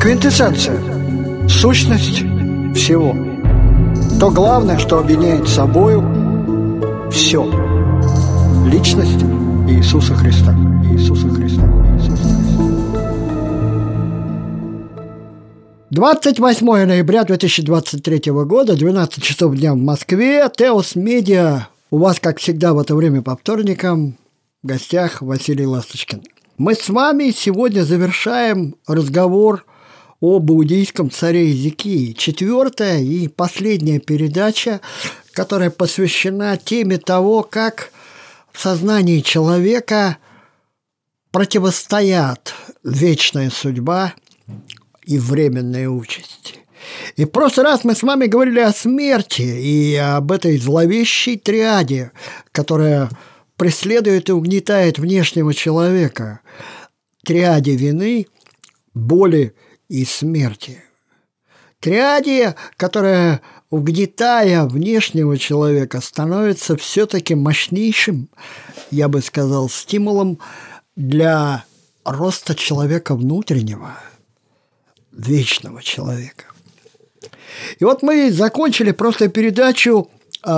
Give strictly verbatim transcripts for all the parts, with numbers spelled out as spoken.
квинтэссенция, сущность всего. То главное, что объединяет собою все. Личность Иисуса Христа. Иисуса Христа. Иисуса Христа. двадцать восьмое ноября две тысячи двадцать третьего года, двенадцать часов дня в Москве. Теос Медиа. У вас, как всегда, в это время по вторникам в гостях Василий Ласточкин. Мы с вами сегодня завершаем разговор об иудейском царе Иезекии. Четвертая и последняя передача, которая посвящена теме того, как в сознании человека противостоят вечная судьба и временная участь. И в прошлый раз мы с вами говорили о смерти и об этой зловещей триаде, которая преследует и угнетает внешнего человека. Триаде вины, боли и смерти. Триаде, которая, угнетая внешнего человека, становится все-таки мощнейшим, я бы сказал, стимулом для роста человека внутреннего, вечного человека. И вот мы закончили просто передачу э,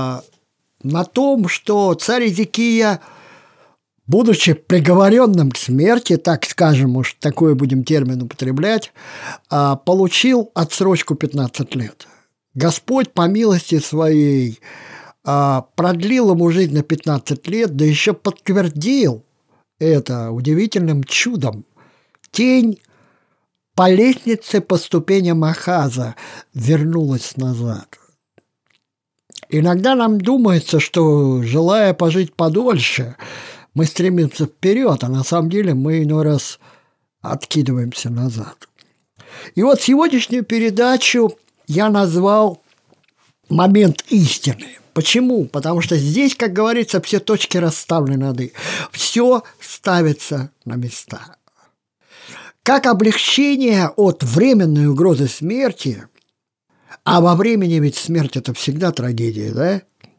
на том, что царь Иезекия, будучи приговоренным к смерти, так скажем, уж такой будем термин употреблять, э, получил отсрочку пятнадцать лет. Господь по милости своей э, продлил ему жизнь на пятнадцать лет, да еще подтвердил это удивительным чудом. Тень по лестнице, по ступеням Ахаза вернулась назад. Иногда нам думается, что, желая пожить подольше, мы стремимся вперед, а на самом деле мы иной раз откидываемся назад. И вот сегодняшнюю передачу я назвал «Момент истины». Почему? Потому что здесь, как говорится, все точки расставлены над «и». Все ставится на места. Как облегчение от временной угрозы смерти, а во времени ведь смерть – это всегда трагедия, да?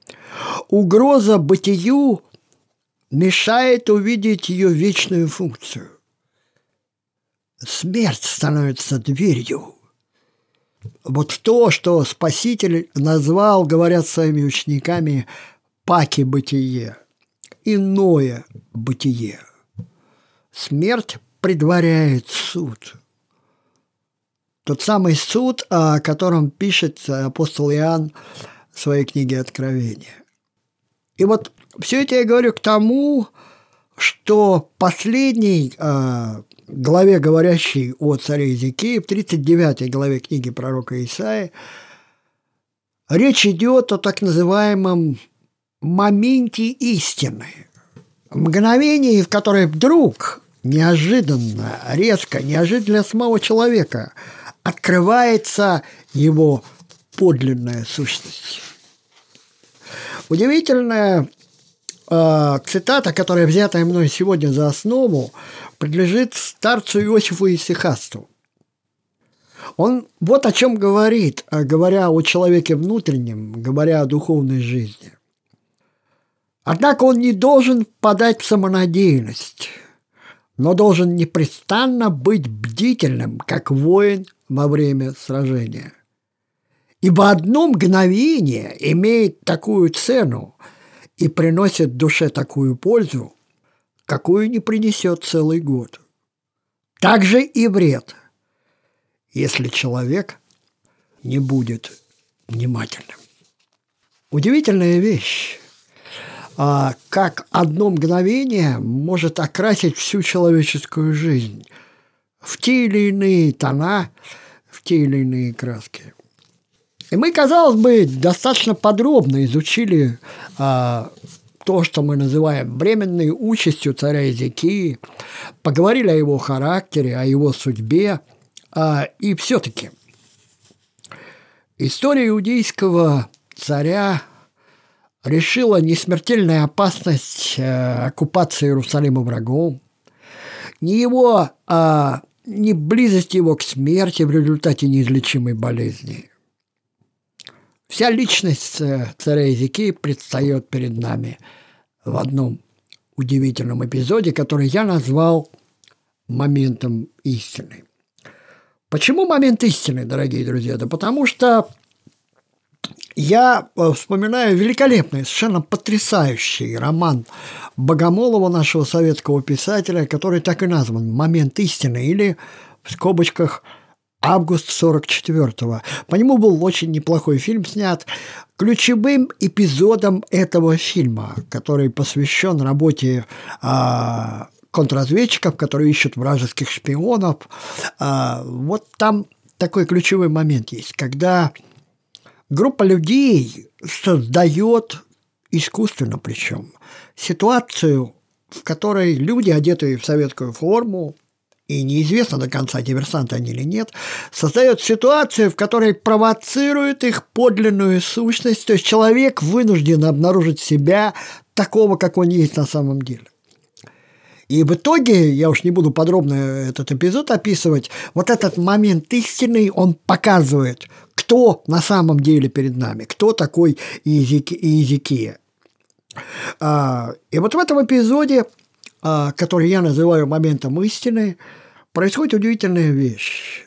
Угроза бытию мешает увидеть ее вечную функцию. Смерть становится дверью. Вот то, что Спаситель назвал, говорят своими учениками, паки бытие, иное бытие. Смерть предваряет суд. Тот самый суд, о котором пишет апостол Иоанн в своей книге «Откровение». И вот все это я говорю к тому, что в последней э, главе, говорящей о царе Иезекии, в тридцать девятой главе книги пророка Исаии, речь идет о так называемом моменте истины. Мгновении, в которое вдруг неожиданно, резко, неожиданно для самого человека открывается его подлинная сущность. Удивительная э, цитата, которая взятая мной сегодня за основу, принадлежит старцу Иосифу Исихасту. Он вот о чем говорит, говоря о человеке внутреннем, говоря о духовной жизни. Однако он не должен впадать в самонадеянность, но должен непрестанно быть бдительным, как воин во время сражения. Ибо одно мгновение имеет такую цену и приносит душе такую пользу, какую не принесет целый год. Также и вред, если человек не будет внимательным. Удивительная вещь. А как одно мгновение может окрасить всю человеческую жизнь в те или иные тона, в те или иные краски. И мы, казалось бы, достаточно подробно изучили а, то, что мы называем временной участью царя Иезекии, поговорили о его характере, о его судьбе, а, и все-таки история иудейского царя решила не смертельная опасность э, оккупации Иерусалима врагом, не его, а, не близость его к смерти в результате неизлечимой болезни. Вся личность царя Иезекии предстает перед нами в одном удивительном эпизоде, который я назвал моментом истины. Почему момент истины, дорогие друзья? Да потому что я вспоминаю великолепный, совершенно потрясающий роман Богомолова, нашего советского писателя, который так и назван «Момент истины» или в скобочках «Август сорок четвёртого». По нему был очень неплохой фильм снят. Ключевым эпизодом этого фильма, который посвящен работе а, контрразведчиков, которые ищут вражеских шпионов, а, вот там такой ключевой момент есть, когда группа людей создает искусственно причем ситуацию, в которой люди, одетые в советскую форму, и неизвестно до конца, диверсанты они или нет, создает ситуацию, в которой провоцирует их подлинную сущность, то есть человек вынужден обнаружить себя такого, как он есть на самом деле. И в итоге, я уж не буду подробно этот эпизод описывать, вот этот момент истины, он показывает, кто на самом деле перед нами, кто такой Иезекия. И вот в этом эпизоде, который я называю моментом истины, происходит удивительная вещь.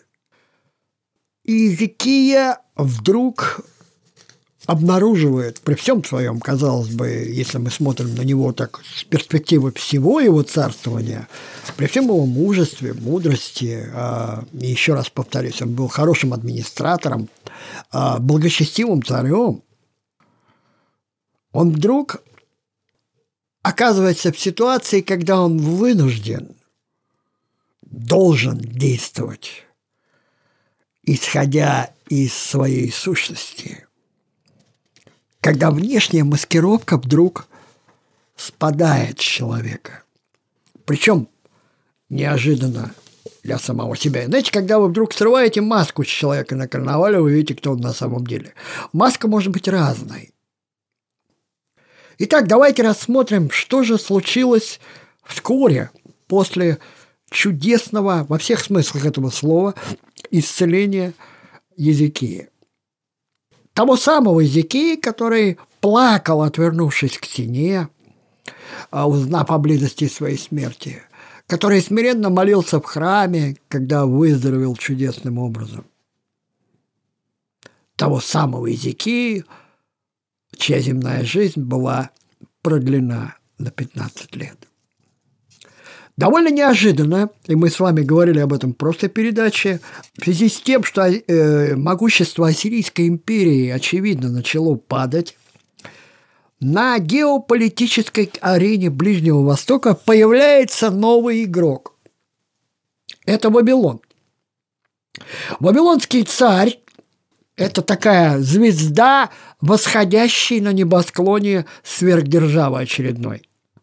Иезекия вдруг обнаруживает, при всем своем, казалось бы, если мы смотрим на него так с перспективы всего его царствования, при всем его мужестве, мудрости, и еще раз повторюсь, он был хорошим администратором, благочестивым царем, он вдруг оказывается в ситуации, когда он вынужден, должен действовать, исходя из своей сущности, когда внешняя маскировка вдруг спадает с человека. Причем неожиданно для самого себя. Знаете, когда вы вдруг срываете маску с человека на карнавале, вы видите, кто он на самом деле. Маска может быть разной. Итак, давайте рассмотрим, что же случилось вскоре после чудесного, во всех смыслах этого слова, исцеления Иезекии. Того самого Иезекии, который плакал, отвернувшись к стене, узнав о близости своей смерти, который смиренно молился в храме, когда выздоровел чудесным образом. Того самого Иезекии, чья земная жизнь была продлена на пятнадцать лет. Довольно неожиданно, и мы с вами говорили об этом в прошлой передаче, в связи с тем, что э, могущество Ассирийской империи, очевидно, начало падать, на геополитической арене Ближнего Востока появляется новый игрок. Это Вавилон. Вавилонский царь – это такая звезда, восходящая на небосклоне сверхдержавы очередной.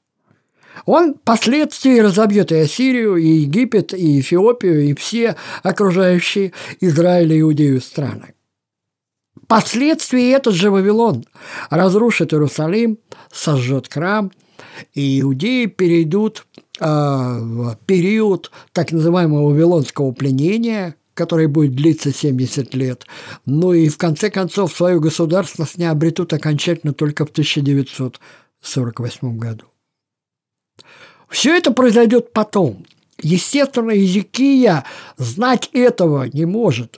Он впоследствии разобьет и Ассирию, и Египет, и Эфиопию, и все окружающие Израиль и Иудею страны. Впоследствии этот же Вавилон разрушит Иерусалим, сожжет храм, и иудеи перейдут э, в период так называемого вавилонского пленения, который будет длиться семьдесят лет, ну и в конце концов свою государственность не обретут окончательно только в тысяча девятьсот сорок восьмом году. Все это произойдет потом. Естественно, Иезекия знать этого не может.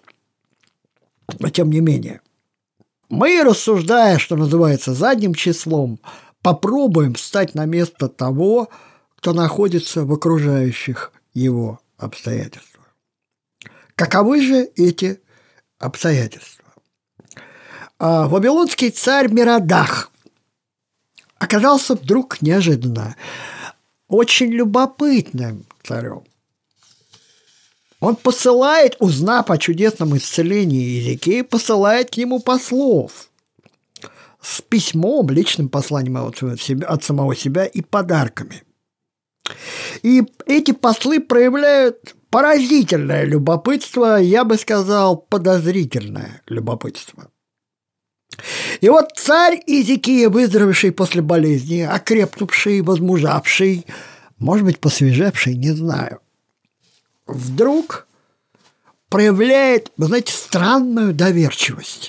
Но тем не менее, мы, рассуждая, что называется, задним числом, попробуем встать на место того, кто находится в окружающих его обстоятельствах. Каковы же эти обстоятельства? Вавилонский царь Мерадах оказался вдруг неожиданно очень любопытным царем. Он посылает, узнав о чудесном исцелении Иезекии, посылает к нему послов с письмом, личным посланием от, себя, от самого себя и подарками. И эти послы проявляют поразительное любопытство, я бы сказал, подозрительное любопытство. И вот царь Иезекия, выздоровевший после болезни, окрепнувший, возмужавший, может быть, посвежевший, не знаю, вдруг проявляет, вы знаете, странную доверчивость.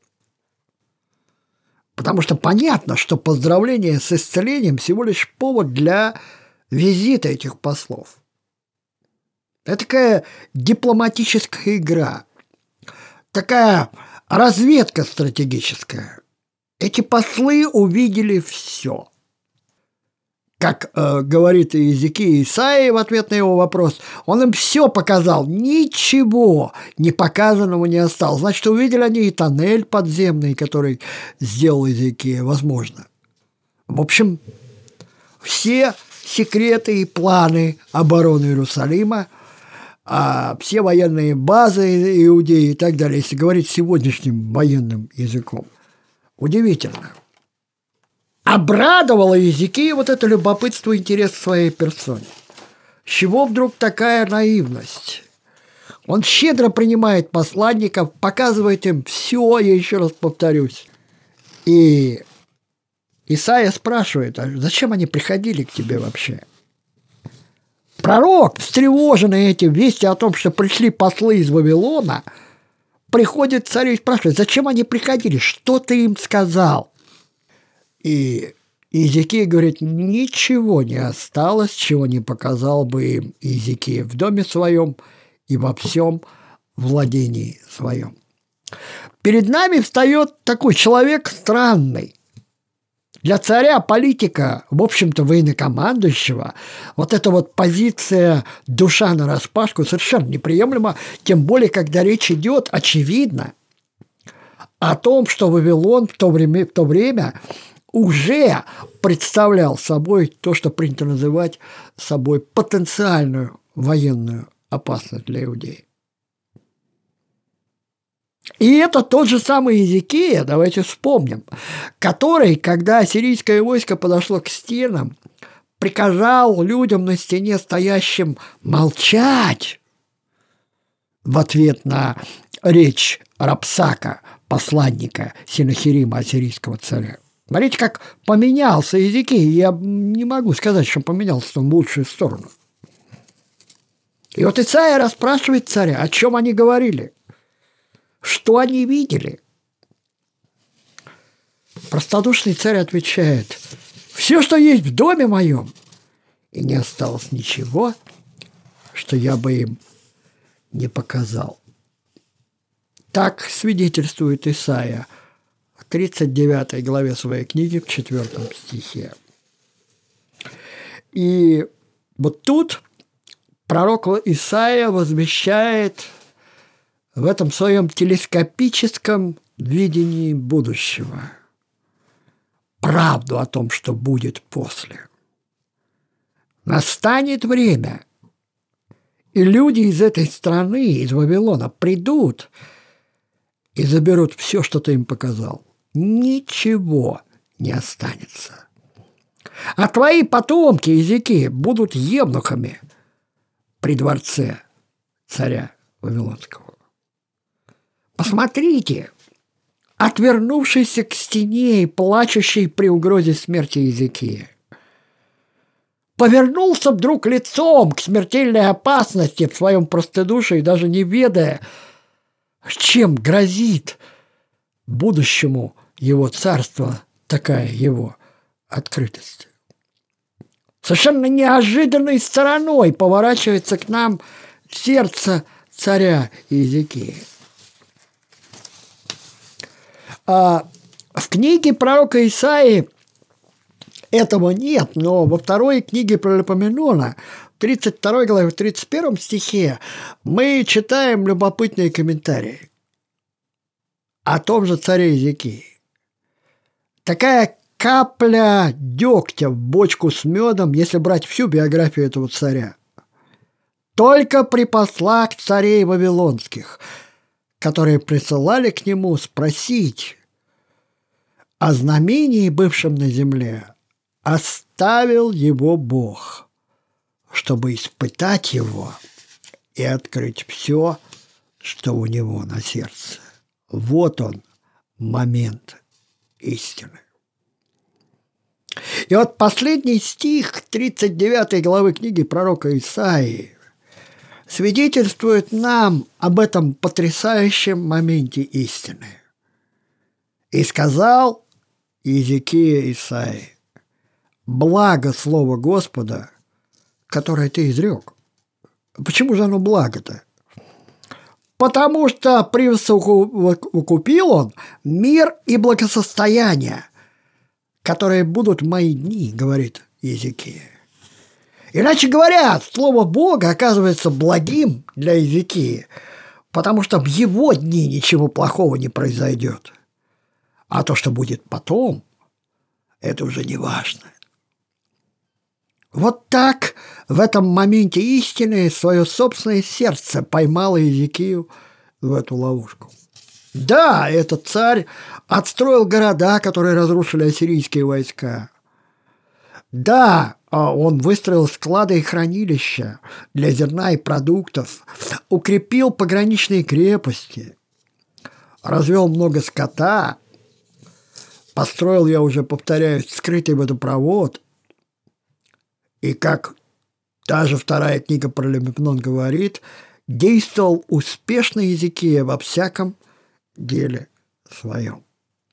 Потому что понятно, что поздравление с исцелением всего лишь повод для визита этих послов. Это такая дипломатическая игра, такая разведка стратегическая. Эти послы увидели все. Как э, говорит Иезекия Исаия в ответ на его вопрос, он им все показал, ничего не показанного не осталось. Значит, увидели они и тоннель подземный, который сделал Иезекия, возможно. В общем, все секреты и планы обороны Иерусалима, а все военные базы Иудеи и так далее, если говорить сегодняшним военным языком. Удивительно. Обрадовало Иезекия вот это любопытство и интерес к своей персоне. С чего вдруг такая наивность? Он щедро принимает посланников, показывает им все, я еще раз повторюсь. И Исаия спрашивает, а зачем они приходили к тебе вообще? Пророк, встревоженный этим вести о том, что пришли послы из Вавилона, приходит к царю и спрашивает, зачем они приходили, что ты им сказал? И Иезекия говорит, ничего не осталось, чего не показал бы им Иезекия в доме своем и во всем владении своем. Перед нами встает такой человек странный. Для царя, политика, в общем-то, военнокомандующего, вот эта вот позиция душа нараспашку совершенно неприемлема, тем более, когда речь идет, очевидно, о том, что Вавилон в то время, в то время уже представлял собой то, что принято называть собой потенциальную военную опасность для Иудеи. И это тот же самый Иезекия, давайте вспомним, который, когда ассирийское войско подошло к стенам, приказал людям на стене стоящим молчать в ответ на речь Рапсака, посланника Сенахерима, ассирийского царя. Смотрите, как поменялся Иезекия. Я не могу сказать, что поменялся он в лучшую сторону. И вот Исаия расспрашивает царя, о чем они говорили, что они видели. Простодушный царь отвечает, все, что есть в доме моем, и не осталось ничего, что я бы им не показал. Так свидетельствует Исаия в тридцать девятой главе своей книги, в четвёртом стихе. И вот тут пророк Исаия возвещает в этом своем телескопическом видении будущего правду о том, что будет после. Настанет время, и люди из этой страны, из Вавилона, придут и заберут все, что ты им показал. Ничего не останется. А твои потомки, языки, будут евнухами при дворце царя Вавилонского. Посмотрите, отвернувшийся к стене и плачущий при угрозе смерти Иезекия, повернулся вдруг лицом к смертельной опасности в своем простодушии, даже не ведая, чем грозит будущему его царства такая его открытость. Совершенно неожиданной стороной поворачивается к нам сердце царя Иезекия. А в книге пророка Исаии этого нет, но во второй книге Паралипоменона, в тридцать второй главе, в тридцать первом стихе, мы читаем любопытные комментарии о том же царе Иезекии. Такая капля дегтя в бочку с медом, если брать всю биографию этого царя, только при послах царей вавилонских, которые присылали к нему спросить о знамении, бывшем на земле, оставил его Бог, чтобы испытать его и открыть все, что у него на сердце. Вот он, момент истины. И вот последний стих тридцать девятой главы книги пророка Исаии свидетельствует нам об этом потрясающем моменте истины. «И сказал Иезекия Исаии: благо слово Господа, которое ты изрек. Почему же оно благо-то? Потому что присовокупил он мир и благосостояние, которые будут в мои дни, говорит Иезекия. Иначе говоря, слово Бога оказывается благим для Иезекии, потому что в его дни ничего плохого не произойдет. А то, что будет потом, это уже не важно. Вот так в этом моменте истины свое собственное сердце поймало Иезекию в эту ловушку. Да, этот царь отстроил города, которые разрушили ассирийские войска. Да, он выстроил склады и хранилища для зерна и продуктов, укрепил пограничные крепости, развел много скота, построил, я уже повторяюсь, скрытый водопровод. И как та же вторая книга про Левитанон говорит, действовал успешно Иезекия во всяком деле своем.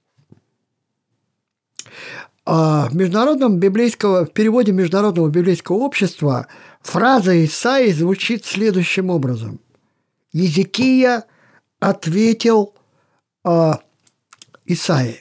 А в, международном библейского, в переводе Международного библейского общества фраза Исаии звучит следующим образом. Иезекия ответил а, Исаии,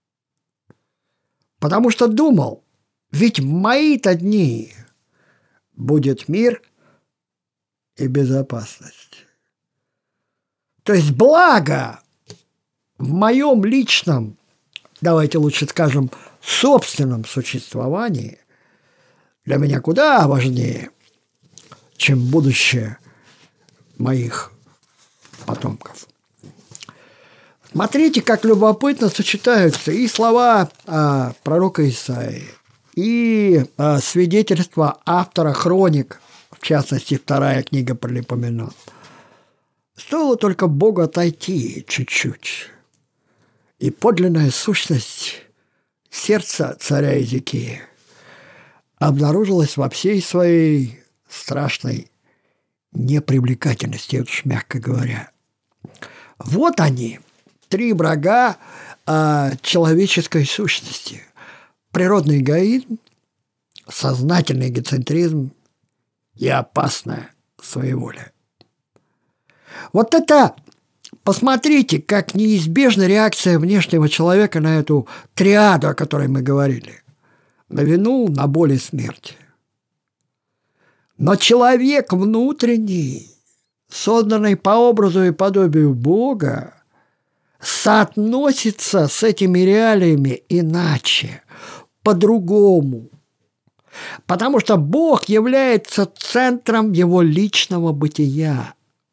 потому что думал, ведь в мои-то дни будет мир и безопасность. То есть благо в моем личном, давайте лучше скажем, собственном существовании для меня куда важнее, чем будущее моих потомков. Смотрите, как любопытно сочетаются и слова а, пророка Исаии, и а, свидетельства автора хроник, в частности, вторая книга про Левитанон. Стоило только Богу отойти чуть-чуть, и подлинная сущность сердца царя Иезекии обнаружилась во всей своей страшной непривлекательности, это уж мягко говоря. Вот они, три врага а, человеческой сущности. Природный эгоизм, сознательный эгоцентризм и опасная своеволие. Вот это, посмотрите, как неизбежна реакция внешнего человека на эту триаду, о которой мы говорили. На вину, на боль и смерть. Но человек внутренний, созданный по образу и подобию Бога, соотносится с этими реалиями иначе, по-другому. Потому что Бог является центром его личного бытия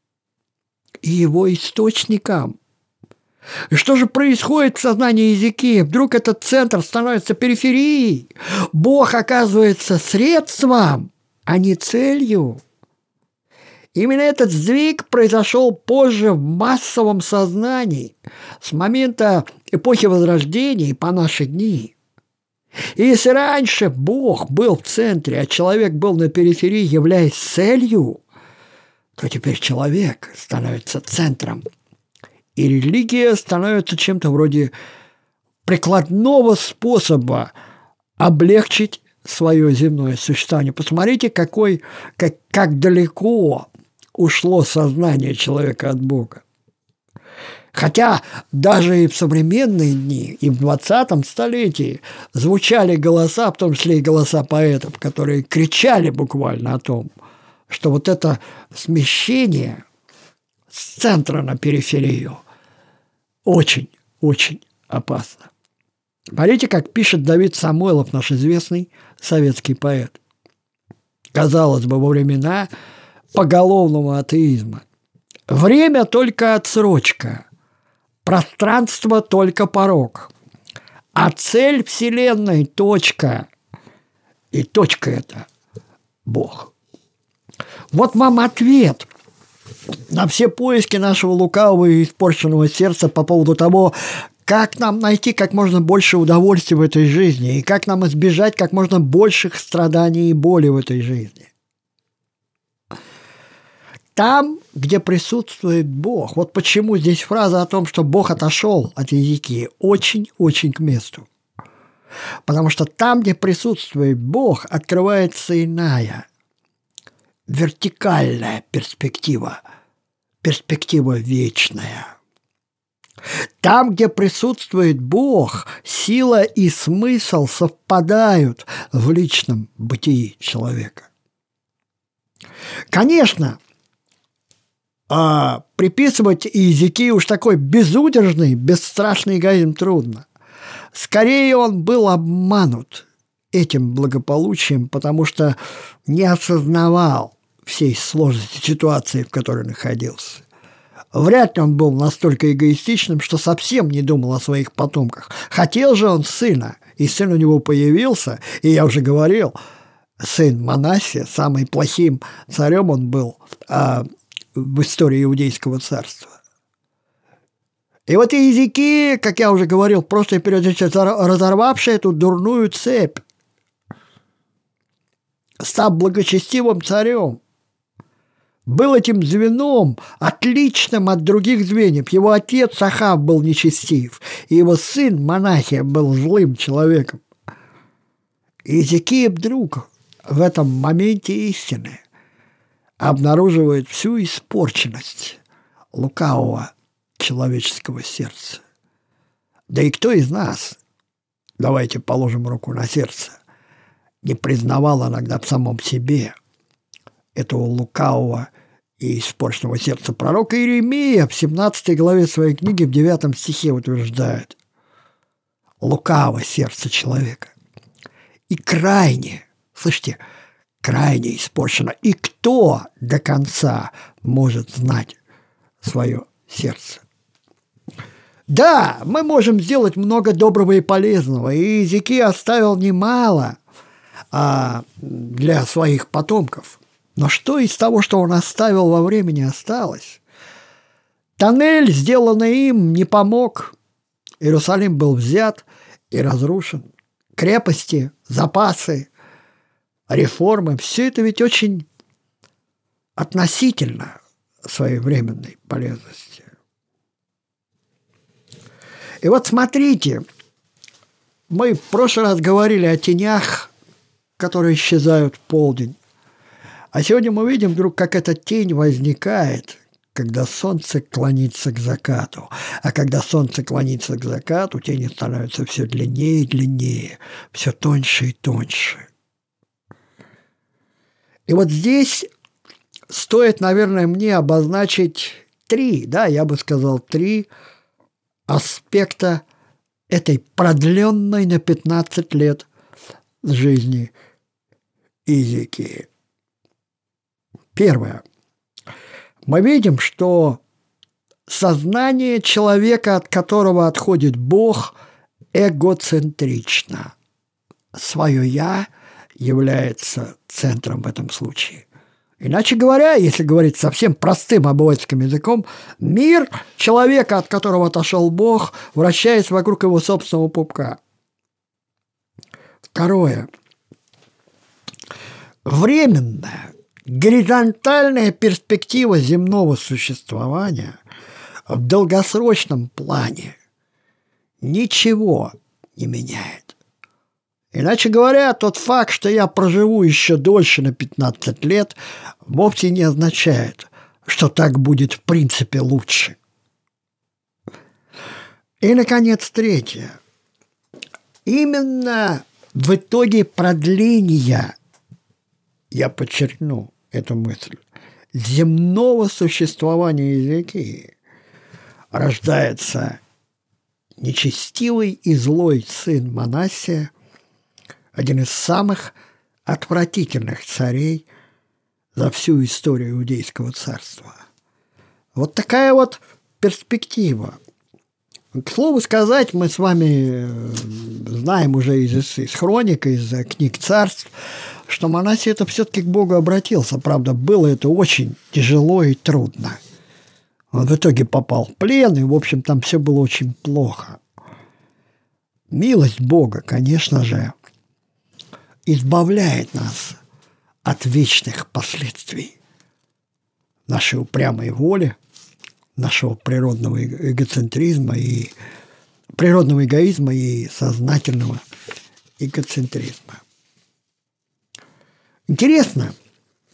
и его источником. И что же происходит в сознании Иезекии? Вдруг этот центр становится периферией. Бог оказывается средством, а не целью. Именно этот сдвиг произошел позже в массовом сознании, с момента эпохи Возрождения и по наши дни. И если раньше Бог был в центре, а человек был на периферии, являясь целью, то теперь человек становится центром. И религия становится чем-то вроде прикладного способа облегчить свое земное существование. Посмотрите, какой, как, как далеко ушло сознание человека от Бога. Хотя даже и в современные дни, и в двадцатом столетии звучали голоса, в том числе и голоса поэтов, которые кричали буквально о том, что вот это смещение с центра на периферию очень-очень опасно. Смотрите, как пишет Давид Самойлов, наш известный советский поэт. Казалось бы, во времена поголовного атеизма. Время только отсрочка, пространство только порог, а цель Вселенной – точка, и точка – это Бог. Вот вам ответ на все поиски нашего лукавого и испорченного сердца по поводу того, как нам найти как можно больше удовольствия в этой жизни и как нам избежать как можно больших страданий и боли в этой жизни. Там, где присутствует Бог. Вот почему здесь фраза о том, что Бог отошел от Иезекии, очень-очень к месту. Потому что там, где присутствует Бог, открывается иная, вертикальная перспектива, перспектива вечная. Там, где присутствует Бог, сила и смысл совпадают в личном бытии человека. Конечно, приписывать Иезекии уж такой безудержный, бесстрашный эгоизм трудно. Скорее, он был обманут этим благополучием, потому что не осознавал всей сложности ситуации, в которой находился. Вряд ли он был настолько эгоистичным, что совсем не думал о своих потомках. Хотел же он сына, и сын у него появился, и я уже говорил, сын Манассия, самым плохим царем он был а, в истории Иудейского царства. И вот Иезекия, как я уже говорил, просто и периодически разорвавший эту дурную цепь, став благочестивым царем, был этим звеном, отличным от других звеньев. Его отец Ахав был нечестив, и его сын Манассия был злым человеком. Иезекия вдруг в этом моменте истины обнаруживает всю испорченность лукавого человеческого сердца. Да и кто из нас, давайте положим руку на сердце, не признавал иногда в самом себе этого лукавого и испорченного сердца? Пророк Иеремия в семнадцатой главе своей книги в девятом стихе утверждает: лукаво сердце человека и крайне, слышите, крайне испорчено. И кто до конца может знать свое сердце? Да, мы можем сделать много доброго и полезного, и Иезекия оставил немало а, для своих потомков. Но что из того, что он оставил во времени, осталось? Тоннель, сделанный им, не помог. Иерусалим был взят и разрушен. Крепости, запасы, реформы – все это ведь очень относительно своевременной полезности. И вот смотрите, мы в прошлый раз говорили о тенях, которые исчезают в полдень. А сегодня мы видим вдруг, как эта тень возникает, когда солнце клонится к закату. А когда солнце клонится к закату, тени становятся все длиннее и длиннее, все тоньше и тоньше. И вот здесь стоит, наверное, мне обозначить три, да, я бы сказал, три аспекта этой продленной на пятнадцать лет жизни Иезекии. Первое. Мы видим, что сознание человека, от которого отходит Бог, эгоцентрично. Свое «я» является центром в этом случае. Иначе говоря, если говорить совсем простым обывательским языком, мир человека, от которого отошел Бог, вращается вокруг его собственного пупка. Второе. Временная, горизонтальная перспектива земного существования в долгосрочном плане ничего не меняет. Иначе говоря, тот факт, что я проживу еще дольше на пятнадцать лет, вовсе не означает, что так будет в принципе лучше. И, наконец, третье. Именно в итоге продления, я подчеркну эту мысль, земного существования Иезекии рождается нечестивый и злой сын Манассия, один из самых отвратительных царей за всю историю Иудейского царства. Вот такая вот перспектива. К слову сказать, мы с вами знаем уже из, из хроник, из книг царств, что Манассия это все-таки к Богу обратился. Правда, было это очень тяжело и трудно. Он в итоге попал в плен, и, в общем, там все было очень плохо. Милость Бога, конечно же, избавляет нас от вечных последствий нашей упрямой воли, нашего природного эгоцентризма и природного эгоизма и сознательного эгоцентризма. Интересно,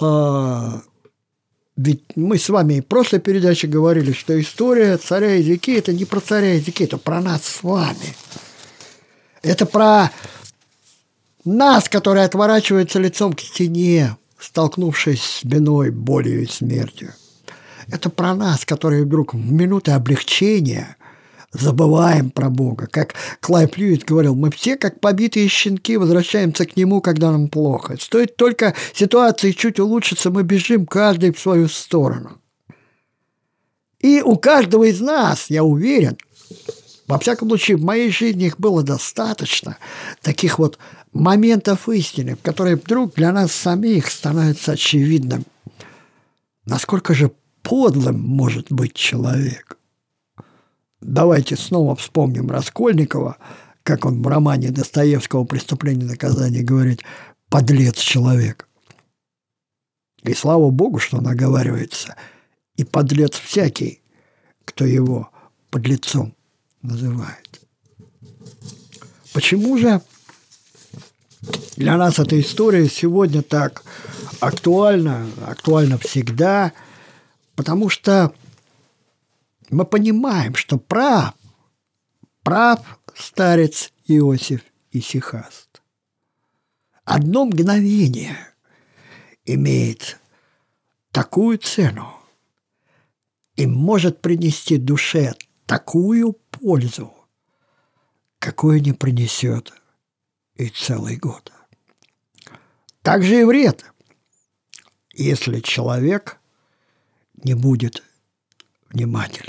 ведь мы с вами в прошлой передаче говорили, что история царя Эзекии – это не про царя Эзекии, это про нас с вами. Это про нас, которые отворачиваются лицом к стене, столкнувшись с бедой, болью и смертью. Это про нас, которые вдруг в минуты облегчения забываем про Бога. Как Клайв Льюис говорил, мы все, как побитые щенки, возвращаемся к Нему, когда нам плохо. Стоит только ситуации чуть улучшиться, мы бежим каждый в свою сторону. И у каждого из нас, я уверен, во всяком случае, в моей жизни их было достаточно, таких вот моментов истины, в которые вдруг для нас самих становится очевидным, насколько же подлым может быть человек. Давайте снова вспомним Раскольникова, как он в романе Достоевского «Преступление и наказание» говорит «подлец человек». И слава Богу, что он оговаривается. И подлец всякий, кто его подлецом называет. Почему же для нас эта история сегодня так актуальна, актуальна всегда? Потому что мы понимаем, что прав, прав старец Иосиф Исихаст. Одно мгновение имеет такую цену и может принести душе такую пользу, какую не принесет и целый год. Также и вред, если человек не будет внимателен.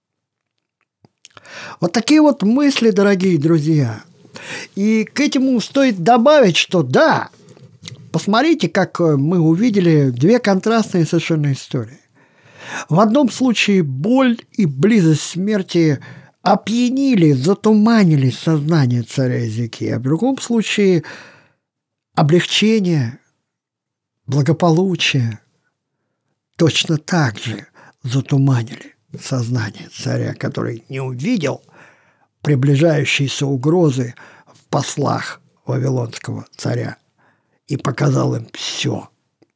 Вот такие вот мысли, дорогие друзья. И к этому стоит добавить, что да, посмотрите, как мы увидели две контрастные совершенно истории. В одном случае боль и близость смерти опьянили, затуманили сознание царя Эзекии, а в другом случае облегчение, благополучие точно так же затуманили сознание царя, который не увидел приближающиеся угрозы в послах вавилонского царя и показал им все.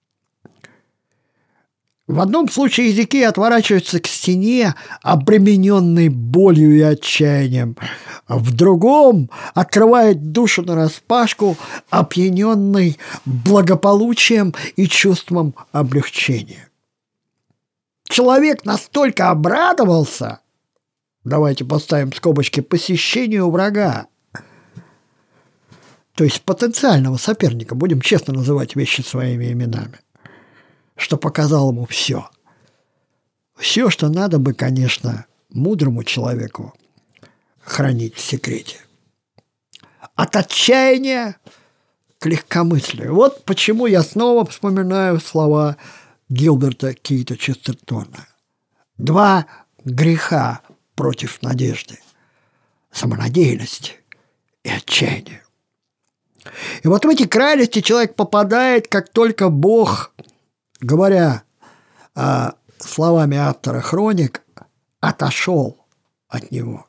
В одном случае Эзекия отворачивается к стене, обремененный болью и отчаянием. В другом открывает душу нараспашку, опьяненный благополучием и чувством облегчения. Человек настолько обрадовался, давайте поставим скобочки, посещению врага, то есть потенциального соперника, будем честно называть вещи своими именами, что показал ему все. Все, что надо бы, конечно, мудрому человеку хранить в секрете. От отчаяния к легкомыслию. Вот почему я снова вспоминаю слова Гилберта Кейта Честертона. Два греха против надежды. Самонадеянность и отчаяние. И вот в эти крайности человек попадает, как только Бог, говоря а, словами автора хроник, отошел от него.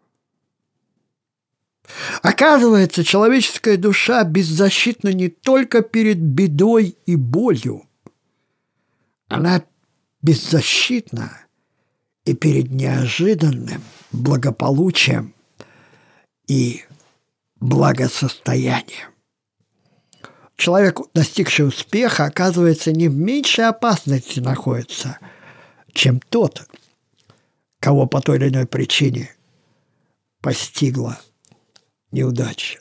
Оказывается, человеческая душа беззащитна не только перед бедой и болью, она беззащитна и перед неожиданным благополучием и благосостоянием. Человек, достигший успеха, оказывается, не в меньшей опасности находится, чем тот, кого по той или иной причине постигла неудача.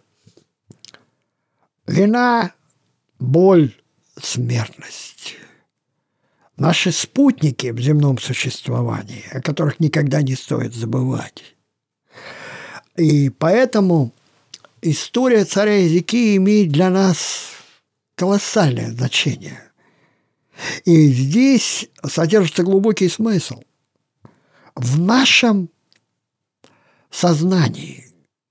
Вина, боль, смертность. Наши спутники в земном существовании, о которых никогда не стоит забывать. И поэтому история царя Эзекии имеет для нас колоссальное значение. И здесь содержится глубокий смысл. В нашем сознании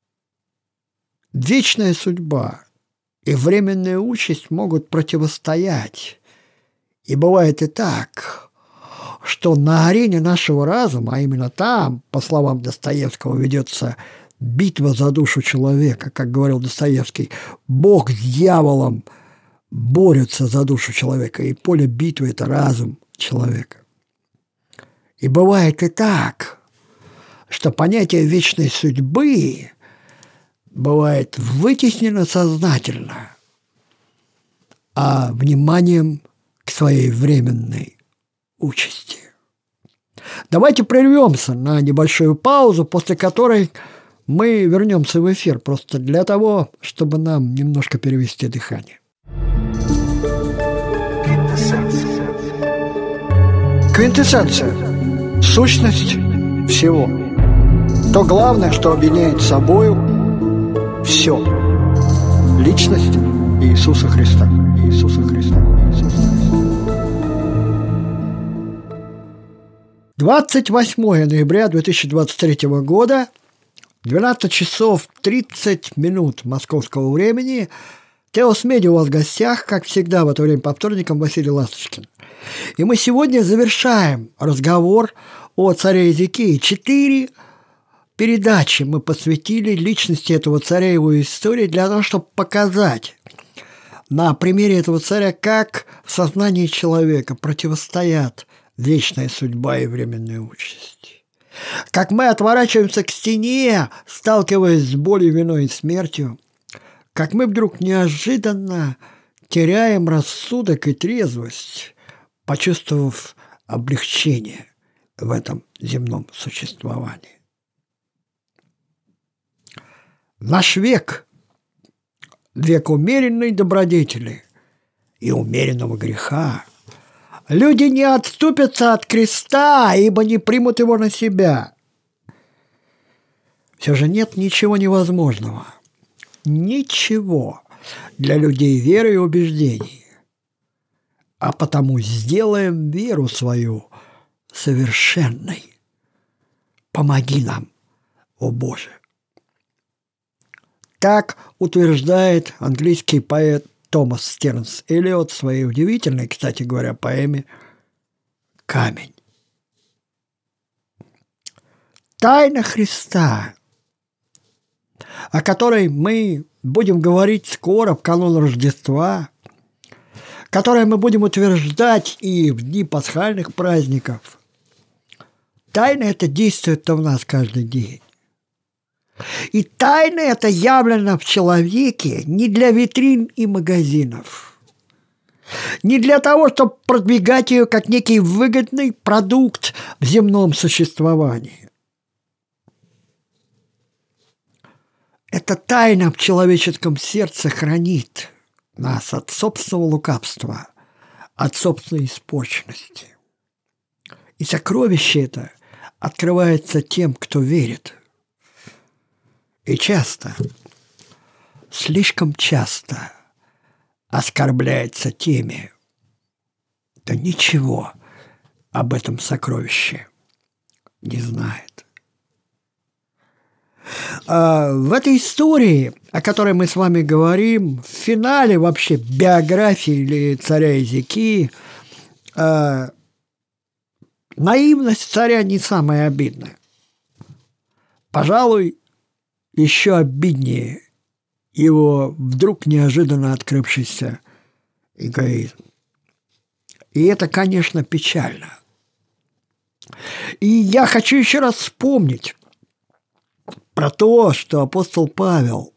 вечная судьба и временная участь могут противостоять. И бывает и так, что на арене нашего разума, а именно там, по словам Достоевского, ведется битва за душу человека, как говорил Достоевский, Бог с дьяволом борются за душу человека, и поле битвы – это разум человека. И бывает и так, что понятие вечной судьбы бывает вытеснено сознательно, а вниманием к своей временной участи. Давайте прервемся на небольшую паузу, после которой мы вернемся в эфир, просто для того, чтобы нам немножко перевести дыхание. Квинтэссенция. Сущность всего. То главное, что объединяет собою все. Личность Иисуса Христа. Иисуса Христа. Иисуса Христа. двадцать восьмое ноября две тысячи двадцать третьего года, двенадцать часов тридцать минут московского времени. Теос Медиа у вас в гостях, как всегда, в это время по вторникам Василий Ласточкин. И мы сегодня завершаем разговор о царе Иезекии. Четыре передачи мы посвятили личности этого царя и его истории для того, чтобы показать на примере этого царя, как в сознании человека противостоят вечная судьба и временная участь. Как мы отворачиваемся к стене, сталкиваясь с болью, виной и смертью, как мы вдруг неожиданно теряем рассудок и трезвость, почувствовав облегчение в этом земном существовании. Наш век – век умеренной добродетели и умеренного греха. Люди не отступятся от креста, ибо не примут его на себя. Все же нет ничего невозможного. Ничего для людей веры и убеждений. А потому сделаем веру свою совершенной. Помоги нам, о Боже. Так утверждает английский поэт Томас Стернс Эллиот в своей удивительной, кстати говоря, поэме «Камень». Тайна Христа, о которой мы будем говорить скоро, в канун Рождества, которое мы будем утверждать и в дни пасхальных праздников. Тайна это действует в нас каждый день. И тайна это явлена в человеке не для витрин и магазинов, не для того, чтобы продвигать ее как некий выгодный продукт в земном существовании. Эта тайна в человеческом сердце хранит нас от собственного лукавства, от собственной испорченности. И сокровище это открывается тем, кто верит. И часто, слишком часто оскорбляется теми, кто ничего об этом сокровище не знает. В этой истории, о которой мы с вами говорим, в финале вообще биографии или царя Иезекии, наивность царя не самая обидная. Пожалуй, еще обиднее его вдруг неожиданно открывшийся эгоизм. И это, конечно, печально. И я хочу еще раз вспомнить про то, что апостол Павел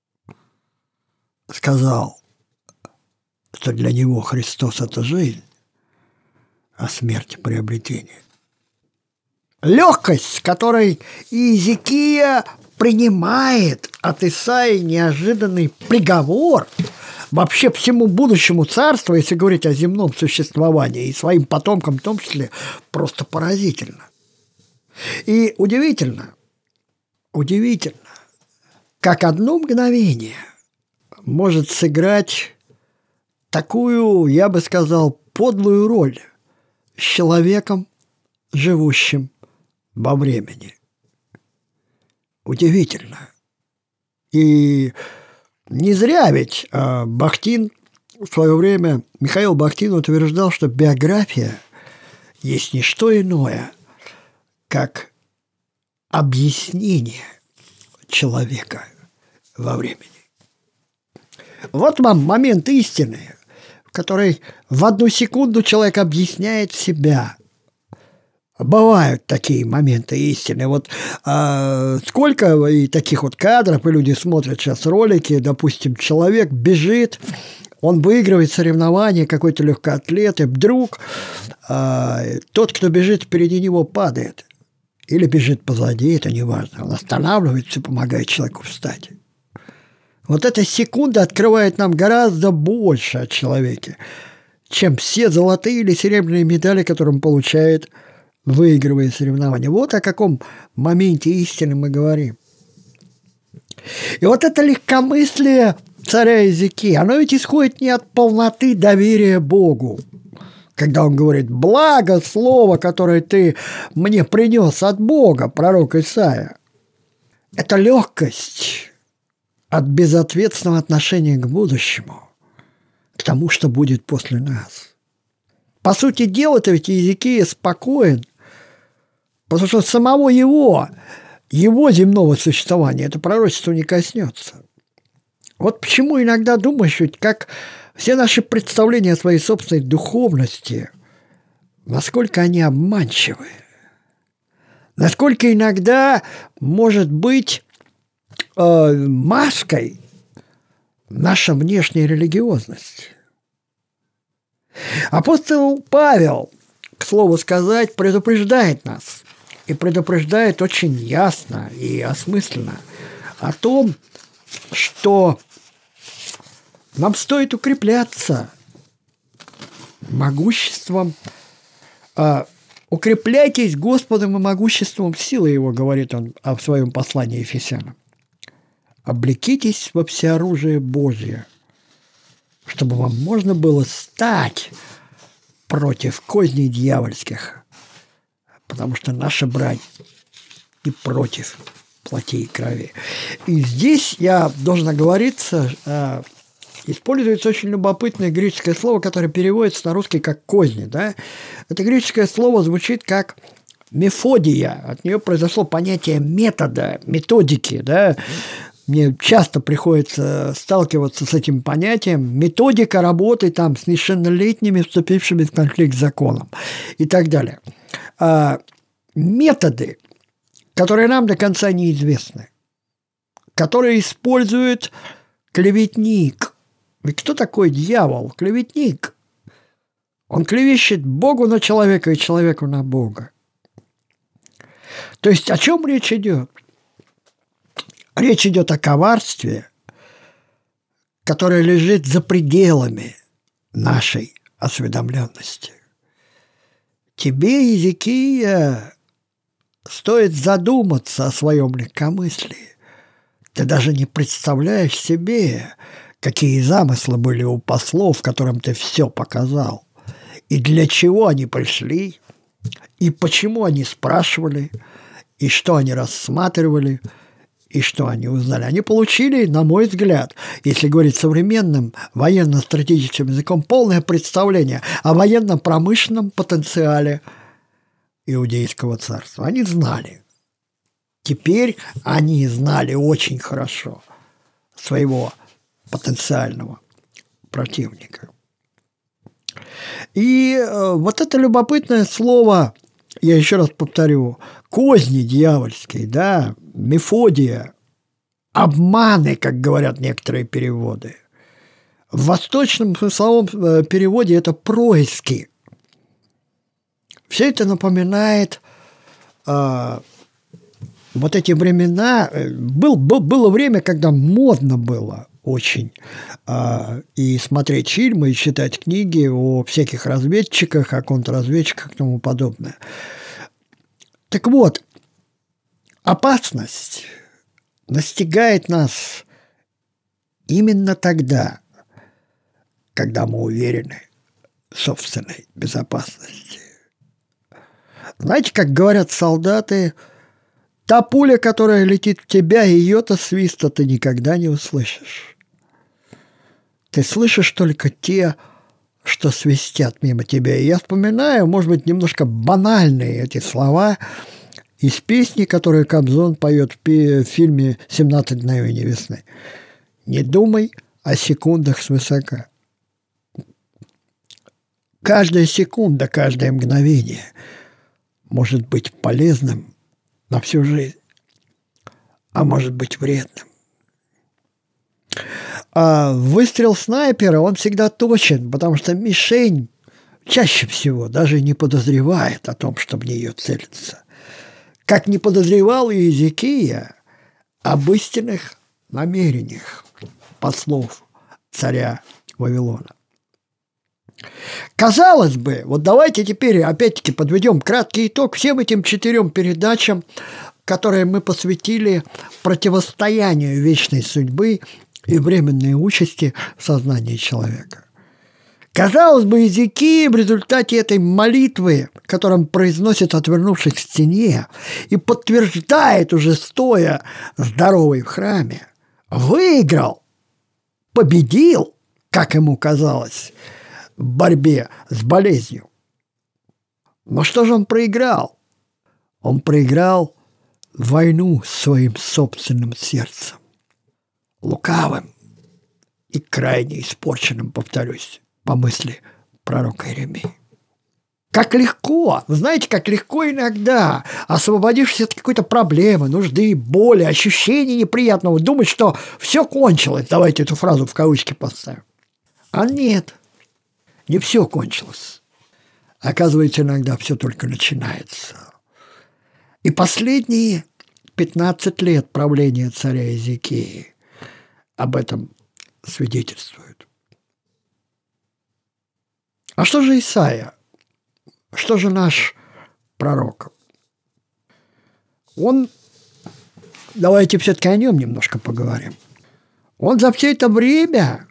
сказал, что для него Христос – это жизнь, а смерть – приобретение. Легкость, с которой Иезекия принимает от Исаии неожиданный приговор вообще всему будущему царству, если говорить о земном существовании, и своим потомкам в том числе, просто поразительно. И удивительно, удивительно, как одно мгновение может сыграть такую, я бы сказал, подлую роль с человеком, живущим во времени. Удивительно. И не зря ведь Бахтин в свое время, Михаил Бахтин утверждал, что биография есть не что иное, как объяснение человека во времени. Вот вам момент истины. которой в одну секунду человек объясняет себя. Бывают такие моменты истины. Вот э, сколько и таких вот кадров, и люди смотрят сейчас ролики, допустим, человек бежит, он выигрывает соревнование, какой-то легкоатлет, и вдруг э, тот, кто бежит впереди него, падает. Или бежит позади, это не важно. Он останавливается и помогает человеку встать. Вот эта секунда открывает нам гораздо больше о человеке, чем все золотые или серебряные медали, которые он получает, выигрывая соревнования. Вот о каком моменте истины мы говорим. И вот это легкомыслие царя Иезекии, оно ведь исходит не от полноты доверия Богу, когда он говорит: «Благо слово, которое ты мне принес от Бога», пророк Исаия. Это легкость от безответственного отношения к будущему, к тому, что будет после нас. По сути дела-то ведь Иезекия спокоен, потому что самого его, его земного существования это пророчество не коснется. Вот почему иногда думаешь, ведь как все наши представления о своей собственной духовности, насколько они обманчивы, насколько иногда может быть э, маской наша внешняя религиозность. Апостол Павел, к слову сказать, предупреждает нас, и предупреждает очень ясно и осмысленно о том, что нам стоит укрепляться могуществом. «Укрепляйтесь Господом и могуществом силы Его», говорит он в своем послании Ефесянам. «Облекитесь во всеоружие Божие, чтобы вам можно было стать против козней дьявольских, потому что наша брань и против плоти и крови». И здесь, я должен оговориться, используется очень любопытное греческое слово, которое переводится на русский как «козни». Да? Это греческое слово звучит как «мефодия». От нее произошло понятие метода, методики. Да? Мне часто приходится сталкиваться с этим понятием. Методика работы там, с несовершеннолетними, вступившими в конфликт с законом и так далее. А методы, которые нам до конца неизвестны, которые использует клеветник. Ведь кто такой дьявол? Клеветник. Он клевещет Богу на человека и человеку на Бога. То есть о чем речь идет? Речь идет о коварстве, которое лежит за пределами нашей осведомленности. Тебе, Иезекия, стоит задуматься о своем легкомыслии. Ты даже не представляешь себе, какие замыслы были у послов, которым ты все показал, и для чего они пришли, и почему они спрашивали, и что они рассматривали, и что они узнали. Они получили, на мой взгляд, если говорить современным военно-стратегическим языком, полное представление о военно-промышленном потенциале Иудейского царства. Они знали. Теперь они знали очень хорошо своего потенциального противника. И вот это любопытное слово, я еще раз повторю, козни дьявольские, да, мефодия, обманы, как говорят некоторые переводы. В восточном смысловом переводе это происки. Все это напоминает э, вот эти времена. Был, был, было время, когда модно было очень э, и смотреть фильмы, и читать книги о всяких разведчиках, о контрразведчиках и тому подобное. Так вот, опасность настигает нас именно тогда, когда мы уверены в собственной безопасности. Знаете, как говорят солдаты, та пуля, которая летит в тебя, ее-то свиста ты никогда не услышишь. Ты слышишь только те, что свистят мимо тебя. И я вспоминаю, может быть, немножко банальные эти слова из песни, которую Кобзон поет в фильме «семнадцать мгновений весны». «Не думай о секундах свысока. каждая секунда, каждое мгновение может быть полезным на всю жизнь, а может быть вредным. А выстрел снайпера, он всегда точен, потому что мишень чаще всего даже не подозревает о том, что в нее целится. Как не подозревал и Иезекия об истинных намерениях послов царя Вавилона. Казалось бы, вот давайте теперь опять-таки подведем краткий итог всем этим четырем передачам, которые мы посвятили противостоянию вечной судьбы и временной участи в сознании человека. Казалось бы, Иезекия в результате этой молитвы, которую он произносит, отвернувшись к стене, и подтверждает уже стоя здоровый в храме, выиграл, победил, как ему казалось, в борьбе с болезнью. Но что же он проиграл? Он проиграл войну с своим собственным сердцем, лукавым и крайне испорченным, повторюсь, по мысли пророка Иеремии. Как легко, вы знаете, как легко иногда, освободившись от какой-то проблемы, нужды, боли, ощущения неприятного, думать, что все кончилось. Давайте эту фразу в кавычки поставим. А нет, не все кончилось. Оказывается, иногда все только начинается. И последние пятнадцать лет правления царя Иезекии об этом свидетельствуют. А что же Исаия? Что же наш пророк? Он, давайте все-таки о нем немножко поговорим. Он за все это время,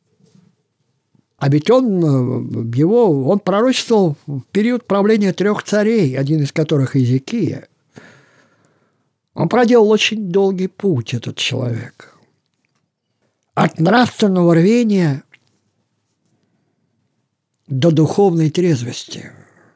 а ведь он, его, он пророчествовал в период правления трех царей, один из которых Иезекия. Он проделал очень долгий путь, этот человек. От нравственного рвения до духовной трезвости.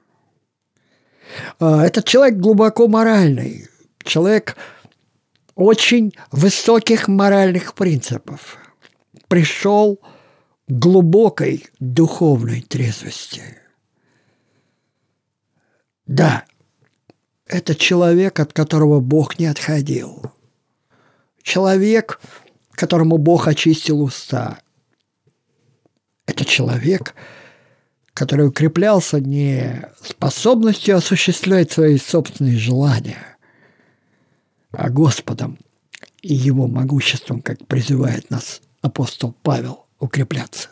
Этот человек глубоко моральный, человек очень высоких моральных принципов. Пришел к глубокой духовной трезвости. Да, это человек, от которого Бог не отходил. Человек, которому Бог очистил уста. Это человек, который укреплялся не способностью осуществлять свои собственные желания, а Господом и Его могуществом, как призывает нас апостол Павел, укрепляться.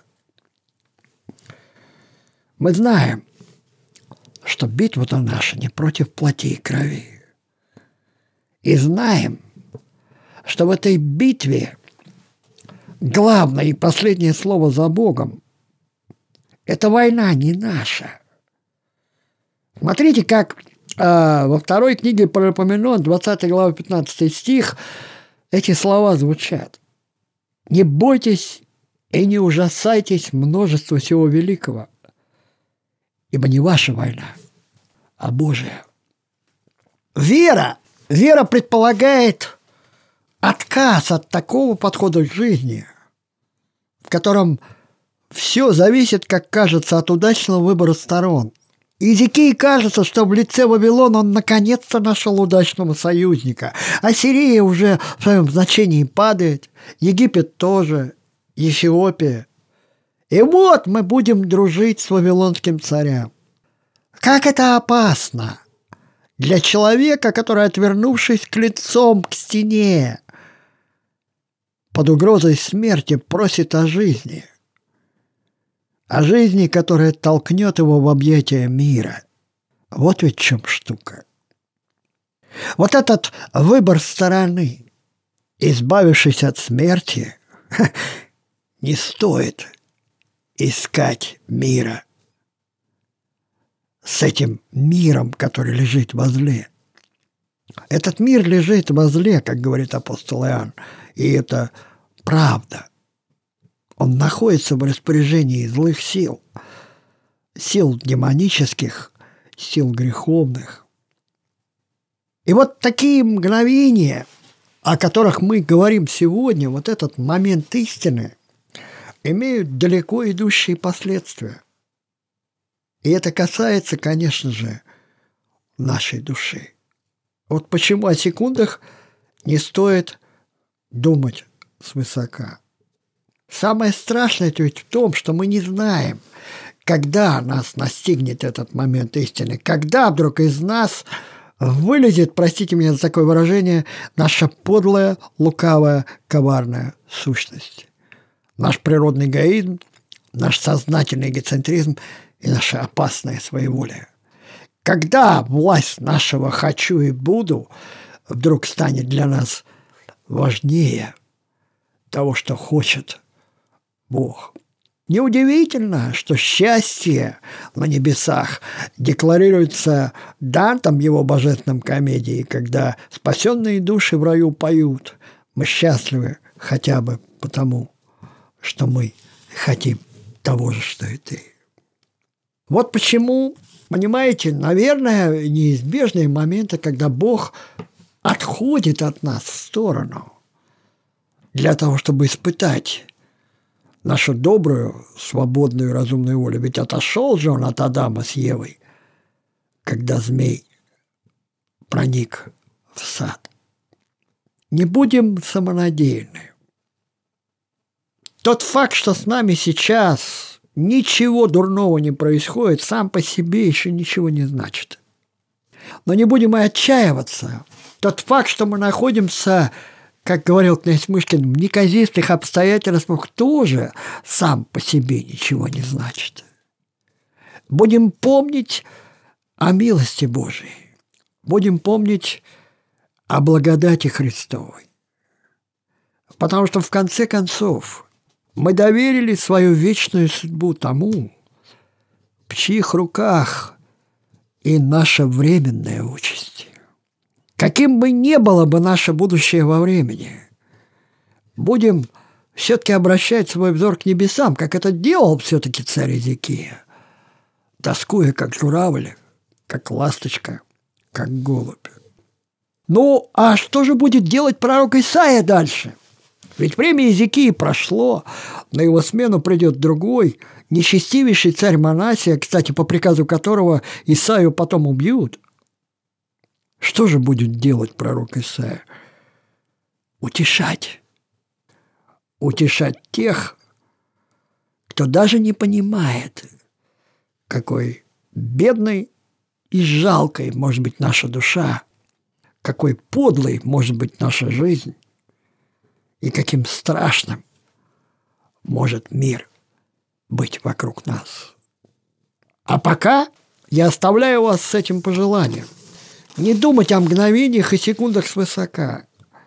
Мы знаем, что битва-то наша не против плоти и крови. И знаем, что в этой битве главное и последнее слово за Богом. Эта война не наша. Смотрите, как э, во второй книге Паралипоменон, двадцатой главы, пятнадцатый стих, эти слова звучат. «Не бойтесь и не ужасайтесь множества всего великого, ибо не ваша война, а Божия». Вера, вера предполагает отказ от такого подхода к жизни, в котором все зависит, как кажется, от удачного выбора сторон. Иезекии кажется, что в лице Вавилона он наконец-то нашел удачного союзника. Ассирия уже в своем значении падает, Египет тоже, Эфиопия. И вот мы будем дружить с вавилонским царем. Как это опасно для человека, который, отвернувшись к лицом к стене, под угрозой смерти просит о жизни. О жизни, которая толкнет его в объятия мира. Вот ведь в чем штука. Вот этот выбор стороны, избавившись от смерти, не стоит искать мира с этим миром, который лежит возле. Этот мир лежит возле, как говорит апостол Иоанн, и это правда. Он находится в распоряжении злых сил, сил демонических, сил греховных. И вот такие мгновения, о которых мы говорим сегодня, вот этот момент истины, имеют далеко идущие последствия. И это касается, конечно же, нашей души. Вот почему о секундах не стоит думать свысока. Самое страшное ведь в том, что мы не знаем, когда нас настигнет этот момент истины, когда вдруг из нас вылезет, простите меня за такое выражение, наша подлая, лукавая, коварная сущность. Наш природный эгоизм, наш сознательный эгоцентризм и наше опасное своеволие. Когда власть нашего «хочу» и «буду» вдруг станет для нас важнее того, что хочет Бог. Неудивительно, что счастье на небесах декларируется Дантом в его божественном комедии, когда спасенные души в раю поют: мы счастливы хотя бы потому, что мы хотим того же, что и ты. Вот почему, понимаете, наверное, неизбежные моменты, когда Бог отходит от нас в сторону для того, чтобы испытать нашу добрую, свободную и разумную волю. Ведь отошел же он от Адама с Евой, когда змей проник в сад. Не будем самонадеянны. Тот факт, что с нами сейчас ничего дурного не происходит, сам по себе еще ничего не значит. Но не будем и отчаиваться. Тот факт, что мы находимся, как говорил князь Мышкин, в неказистых обстоятельствах, тоже сам по себе ничего не значит. Будем помнить о милости Божией. Будем помнить о благодати Христовой. Потому что в конце концов мы доверили свою вечную судьбу тому, в чьих руках и наша временная участь. Каким бы ни было бы наше будущее во времени, будем все-таки обращать свой взор к небесам, как это делал все-таки царь Иезекия, тоскуя, как журавль, как ласточка, как голубь. Ну, а что же будет делать пророк Исаия дальше? Ведь время Иезекии прошло, на его смену придет другой, нечестивейший царь Манассия, кстати, по приказу которого Исаию потом убьют. Что же будет делать пророк Исаия? Утешать. Утешать тех, кто даже не понимает, какой бедной и жалкой может быть наша душа, какой подлой может быть наша жизнь, и каким страшным может мир быть вокруг нас. А пока я оставляю вас с этим пожеланием. Не думать о мгновениях и секундах свысока.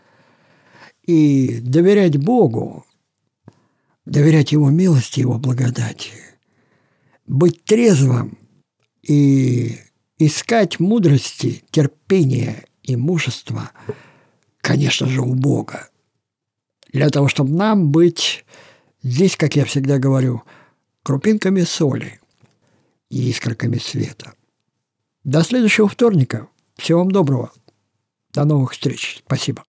И доверять Богу, доверять Его милости, Его благодати. Быть трезвым и искать мудрости, терпения и мужества, конечно же, у Бога. Для того, чтобы нам быть здесь, как я всегда говорю, крупинками соли и искорками света. До следующего вторника. Всего вам доброго. До новых встреч. Спасибо.